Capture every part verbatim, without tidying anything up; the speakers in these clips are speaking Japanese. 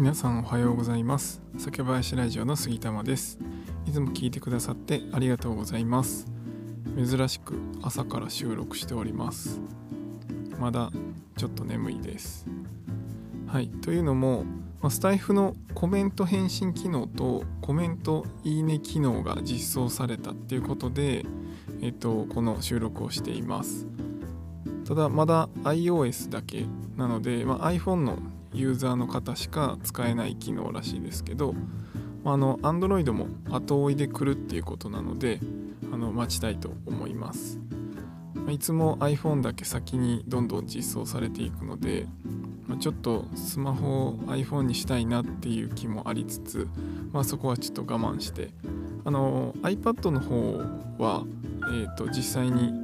皆さんおはようございます。酒林ラジオの杉玉です。いつも聞いてくださってありがとうございます。珍しく朝から収録しております。まだちょっと眠いです。はい、というのも、まあ、スタイフのコメント返信機能とコメントいいね機能が実装されたっていうことで、えっと、この収録をしています。ただまだ iOS だけなので、まあ、iPhone のユーザーの方しか使えない機能らしいですけど、あの Android も後追いで来るっていうことなので、あの待ちたいと思います。いつも iPhone だけ先にどんどん実装されていくので、ちょっとスマホを iPhone にしたいなっていう気もありつつ、まあ、そこはちょっと我慢して、あの iPad の方は、えーと、実際に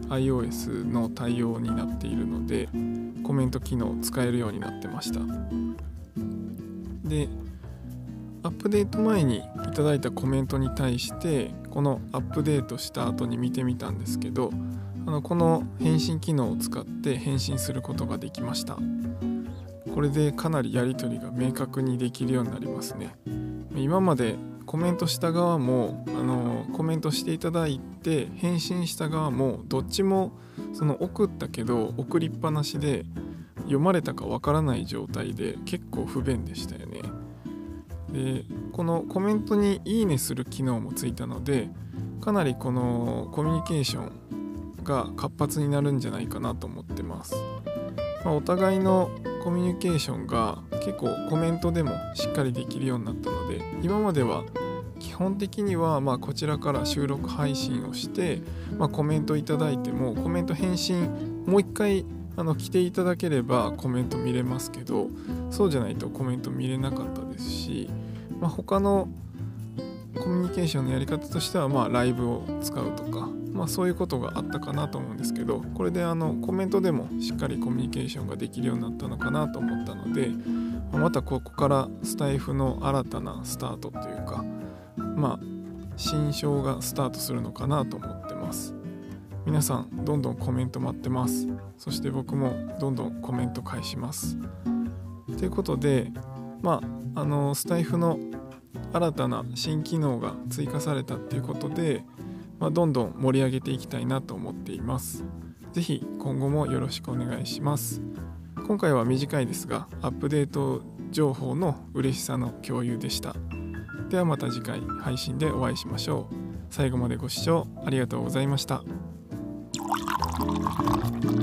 iOS の対応になっているのでコメント機能使えるようになってました。で、アップデート前にいただいたコメントに対してこのアップデートした後に見てみたんですけど、あのこの返信機能を使って返信することができました。これでかなりやり取りが明確にできるようになりますね。今までコメントした側もあのコメントしていただいて返信した側もどっちもその送ったけど送りっぱなしで読まれたかわからない状態で結構不便でしたよね。で、このコメントにいいねする機能もついたので、かなりこのコミュニケーションが活発になるんじゃないかなと思ってます。まあ、お互いのコミュニケーションが結構コメントでもしっかりできるようになったので、今までは基本的にはまあこちらから収録配信をして、まあ、コメントいただいてもコメント返信もう一回あの来ていただければコメント見れますけど、そうじゃないとコメント見れなかったですし、まあ、他のコミュニケーションのやり方としてはまあライブを使うとか、まあ、そういうことがあったかなと思うんですけど、これであのコメントでもしっかりコミュニケーションができるようになったのかなと思ったので、またここからスタイフの新たなスタートというか、まあ新章がスタートするのかなと思ってます。皆さんどんどんコメント待ってます。そして僕もどんどんコメント返します。ということで、まああのスタイフの新たな新機能が追加されたっていうことで、まあ、どんどん盛り上げていきたいなと思っています。ぜひ今後もよろしくお願いします。今回は短いですがアップデート情報の嬉しさの共有でした。ではまた次回配信でお会いしましょう。最後までご視聴ありがとうございました。